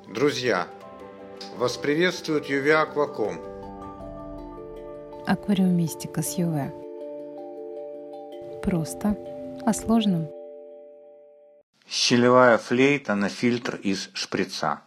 Друзья, вас приветствует UV Aquacom. Аквариумистика с ЮВ. Просто о сложном. Щелевая флейта на фильтр из шприца.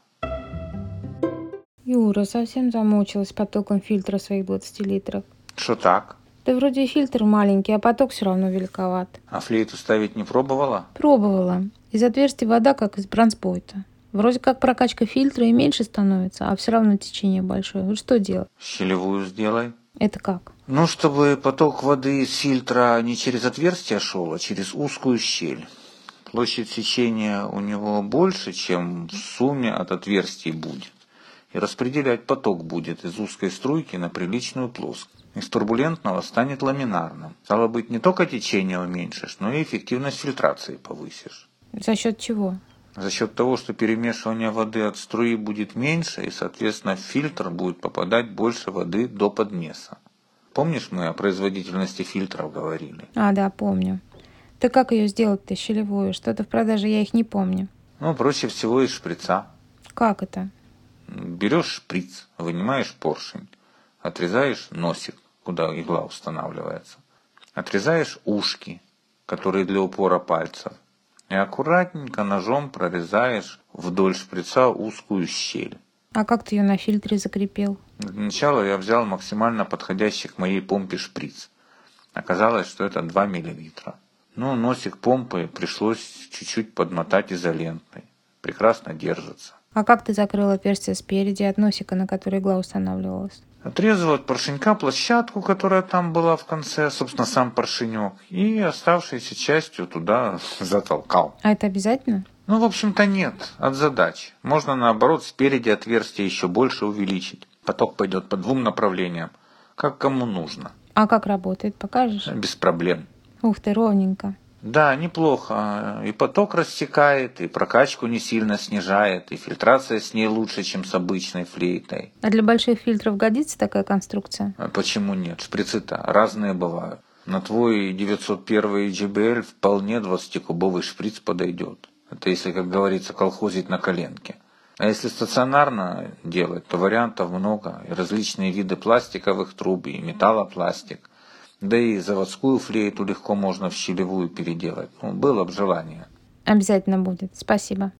Юра, совсем замучилась потоком фильтра своих 20 литров. Что так? Да вроде и фильтр маленький, а поток все равно великоват. А флейту ставить не пробовала? Пробовала. Из отверстия вода, как из бронспойта. Вроде как прокачка фильтра и меньше становится, а все равно течение большое. Вот что делать? Щелевую сделай. Это как? Ну, чтобы поток воды из фильтра не через отверстие шел, а через узкую щель. Площадь сечения у него больше, чем в сумме от отверстий будет. И распределять поток будет из узкой струйки на приличную плоскость. Из турбулентного станет ламинарным. Стало быть, не только течение уменьшишь, но и эффективность фильтрации повысишь. За счет чего? За счет того, что перемешивание воды от струи будет меньше, и, соответственно, в фильтр будет попадать больше воды до подмеса. Помнишь, мы о производительности фильтров говорили? А, да, помню. Ты как ее сделать-то, щелевую? Что-то в продаже я их не помню. Ну, проще всего из шприца. Как это? Берешь шприц, вынимаешь поршень, отрезаешь носик, куда игла устанавливается, отрезаешь ушки, которые для упора пальцев, и аккуратненько ножом прорезаешь вдоль шприца узкую щель. А как ты ее на фильтре закрепил? Для начала я взял максимально подходящий к моей помпе шприц. Оказалось, что это 2 мл. Ну, носик помпы пришлось чуть-чуть подмотать изолентой. Прекрасно держится. А как ты закрыл отверстие спереди от носика, на который игла устанавливалась? Отрезал от поршенька площадку, которая там была в конце, собственно, сам поршенек, и оставшейся частью туда затолкал. А это обязательно? Ну, в общем-то, нет, от задач. Можно, наоборот, спереди отверстие еще больше увеличить. Поток пойдет по 2 направлениям, как кому нужно. А как работает, покажешь? Без проблем. Ух ты, ровненько. Да, неплохо. И поток рассекает, и прокачку не сильно снижает, и фильтрация с ней лучше, чем с обычной флейтой. А для больших фильтров годится такая конструкция? А почему нет? Шприцы-то разные бывают. На твой 901 GBL вполне 20-кубовый шприц подойдет. Это если, как говорится, колхозить на коленке. А если стационарно делать, то вариантов много. И различные виды пластиковых труб, и металлопластик. Да и заводскую флейту легко можно в щелевую переделать. Ну, было бы желание. Обязательно будет. Спасибо.